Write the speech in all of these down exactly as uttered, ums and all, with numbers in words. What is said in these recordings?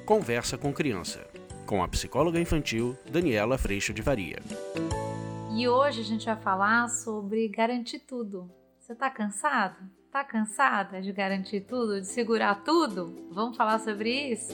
Conversa com Criança, com a psicóloga infantil Daniela Freixo de Varia. E hoje a gente vai falar sobre garantir tudo. Você tá cansado? Tá cansada de garantir tudo, de segurar tudo? Vamos falar sobre isso?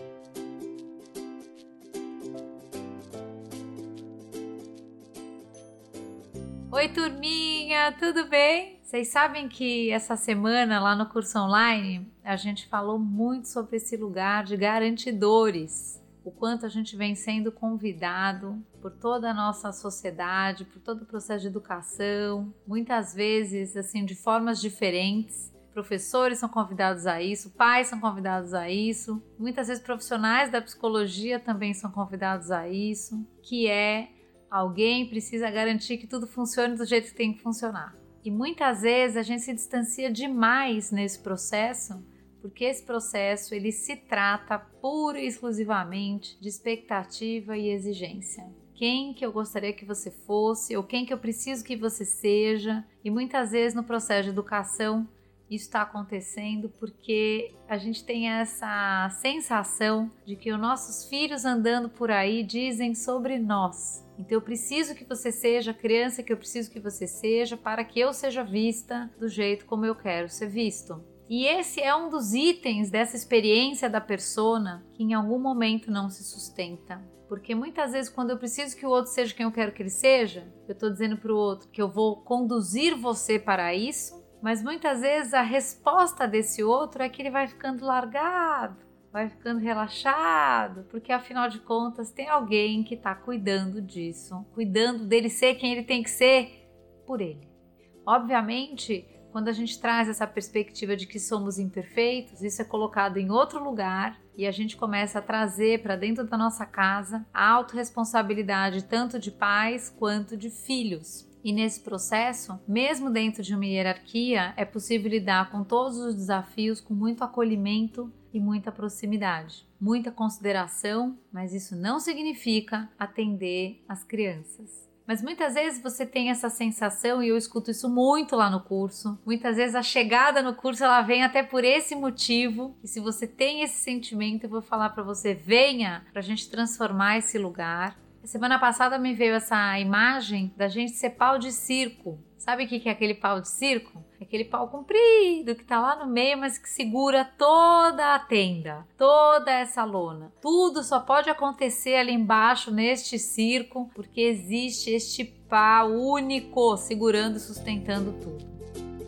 Oi, turminha, tudo bem? Vocês sabem que essa semana lá no curso online a gente falou muito sobre esse lugar de garantidores. O quanto a gente vem sendo convidado por toda a nossa sociedade, por todo o processo de educação, muitas vezes assim de formas diferentes. Professores são convidados a isso, pais são convidados a isso, muitas vezes profissionais da psicologia também são convidados a isso, que é alguém precisa garantir que tudo funcione do jeito que tem que funcionar. E muitas vezes a gente se distancia demais nesse processo, porque esse processo ele se trata pura e exclusivamente de expectativa e exigência. Quem que eu gostaria que você fosse ou quem que eu preciso que você seja. E muitas vezes no processo de educação isso está acontecendo porque a gente tem essa sensação de que os nossos filhos andando por aí dizem sobre nós. Então eu preciso que você seja a criança que eu preciso que você seja para que eu seja vista do jeito como eu quero ser visto. E esse é um dos itens dessa experiência da persona que em algum momento não se sustenta. Porque muitas vezes quando eu preciso que o outro seja quem eu quero que ele seja, eu estou dizendo para o outro que eu vou conduzir você para isso, mas muitas vezes a resposta desse outro é que ele vai ficando largado, vai ficando relaxado, porque afinal de contas tem alguém que está cuidando disso, cuidando dele ser quem ele tem que ser por ele. Obviamente, quando a gente traz essa perspectiva de que somos imperfeitos, isso é colocado em outro lugar e a gente começa a trazer para dentro da nossa casa a autorresponsabilidade tanto de pais quanto de filhos. E nesse processo, mesmo dentro de uma hierarquia, é possível lidar com todos os desafios com muito acolhimento e muita proximidade, muita consideração, mas isso não significa atender as crianças. Mas muitas vezes você tem essa sensação, e eu escuto isso muito lá no curso, muitas vezes a chegada no curso ela vem até por esse motivo, e se você tem esse sentimento, eu vou falar para você, venha para a gente transformar esse lugar. Semana passada me veio essa imagem da gente ser pau de circo. Sabe o que é aquele pau de circo? Aquele pau comprido que tá lá no meio, mas que segura toda a tenda, toda essa lona. Tudo só pode acontecer ali embaixo neste circo, porque existe este pau único segurando e sustentando tudo.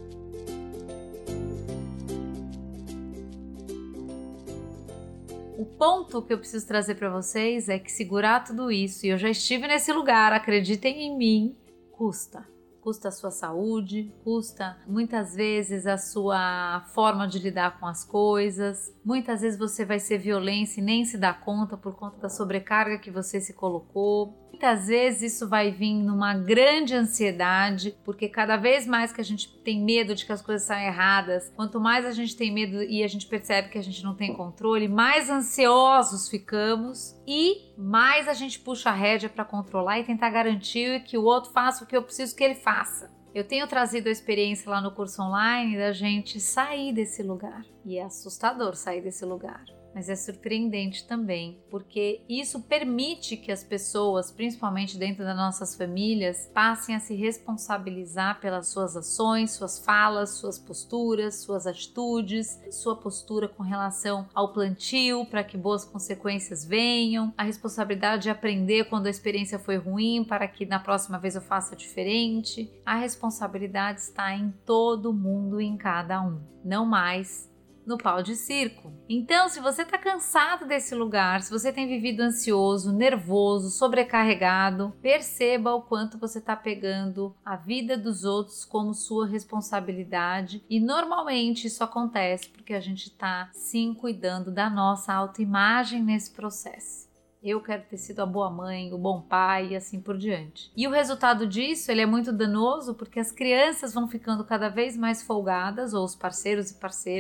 O ponto que eu preciso trazer para vocês é que segurar tudo isso, e eu já estive nesse lugar, acreditem em mim, custa. Custa a sua saúde, custa muitas vezes a sua forma de lidar com as coisas. Muitas vezes você vai ser violência e nem se dá conta por conta da sobrecarga que você se colocou. Muitas vezes isso vai vir numa grande ansiedade, porque cada vez mais que a gente tem medo de que as coisas saiam erradas, quanto mais a gente tem medo e a gente percebe que a gente não tem controle, mais ansiosos ficamos e mais a gente puxa a rédea para controlar e tentar garantir que o outro faça o que eu preciso que ele faça. Eu tenho trazido a experiência lá no curso online da gente sair desse lugar. E é assustador sair desse lugar. Mas é surpreendente também, porque isso permite que as pessoas, principalmente dentro das nossas famílias, passem a se responsabilizar pelas suas ações, suas falas, suas posturas, suas atitudes, sua postura com relação ao plantio para que boas consequências venham, a responsabilidade de aprender quando a experiência foi ruim para que na próxima vez eu faça diferente. A responsabilidade está em todo mundo e em cada um, não mais no pau de circo. Então, se você está cansado desse lugar, se você tem vivido ansioso, nervoso, sobrecarregado, perceba o quanto você está pegando a vida dos outros como sua responsabilidade, e normalmente isso acontece porque a gente está sim cuidando da nossa autoimagem nesse processo. Eu quero ter sido a boa mãe, o bom pai e assim por diante. E o resultado disso, ele é muito danoso porque as crianças vão ficando cada vez mais folgadas, ou os parceiros e parceiras,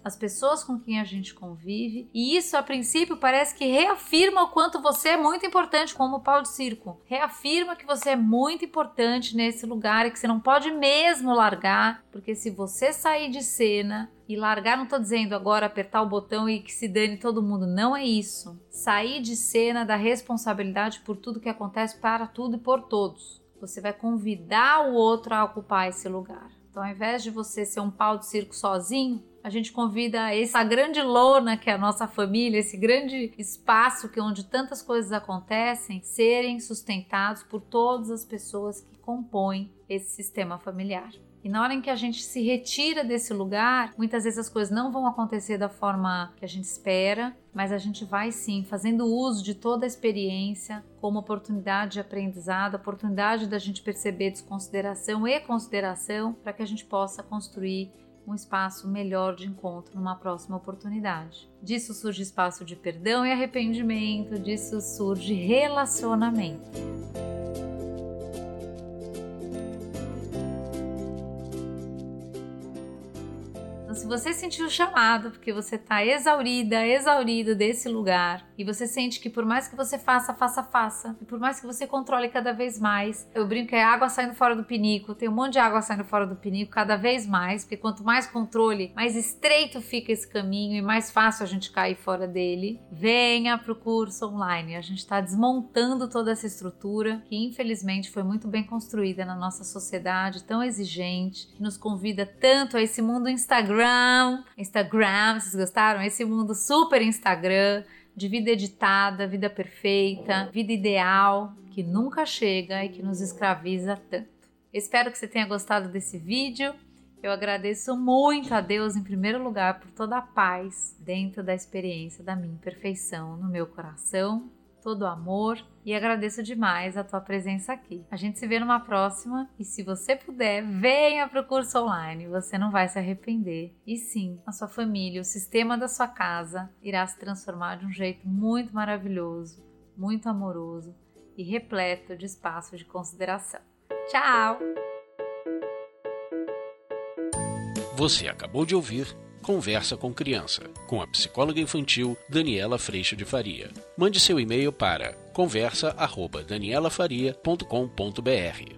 as pessoas com quem a gente convive, e isso a princípio parece que reafirma o quanto você é muito importante como pau de circo. Reafirma que você é muito importante nesse lugar e que você não pode mesmo largar, porque se você sair de cena e largar, não tô dizendo agora apertar o botão e que se dane todo mundo, não é isso. Sair de cena da responsabilidade por tudo que acontece para tudo e por todos. Você vai convidar o outro a ocupar esse lugar. Então, ao invés de você ser um pau de circo sozinho, a gente convida essa grande lona que é a nossa família, esse grande espaço que onde tantas coisas acontecem, serem sustentados por todas as pessoas que compõem esse sistema familiar. E na hora em que a gente se retira desse lugar, muitas vezes as coisas não vão acontecer da forma que a gente espera, mas a gente vai sim fazendo uso de toda a experiência como oportunidade de aprendizado, oportunidade da gente perceber desconsideração e consideração para que a gente possa construir um espaço melhor de encontro numa próxima oportunidade. Disso surge espaço de perdão e arrependimento, disso surge relacionamento. Se você sentiu o chamado, porque você está exaurida, exaurido desse lugar, e você sente que por mais que você faça, faça, faça, e por mais que você controle cada vez mais, eu brinco que é água saindo fora do pinico, tem um monte de água saindo fora do pinico cada vez mais, porque quanto mais controle, mais estreito fica esse caminho e mais fácil a gente cair fora dele. Venha para o curso online, a gente está desmontando toda essa estrutura que infelizmente foi muito bem construída na nossa sociedade, tão exigente, que nos convida tanto a esse mundo Instagram, Instagram, vocês gostaram? Esse mundo super Instagram, de vida editada, vida perfeita, vida ideal, que nunca chega e que nos escraviza tanto. Espero que você tenha gostado desse vídeo. Eu agradeço muito a Deus, em primeiro lugar, por toda a paz dentro da experiência da minha imperfeição no meu coração, todo o amor, e agradeço demais a tua presença aqui. A gente se vê numa próxima e se você puder, venha para o curso online, você não vai se arrepender. E sim, a sua família, o sistema da sua casa irá se transformar de um jeito muito maravilhoso, muito amoroso e repleto de espaço de consideração. Tchau! Você acabou de ouvir Conversa com Criança, com a psicóloga infantil Daniela Freixo de Faria. Mande seu e-mail para conversa arroba daniela faria ponto com ponto br.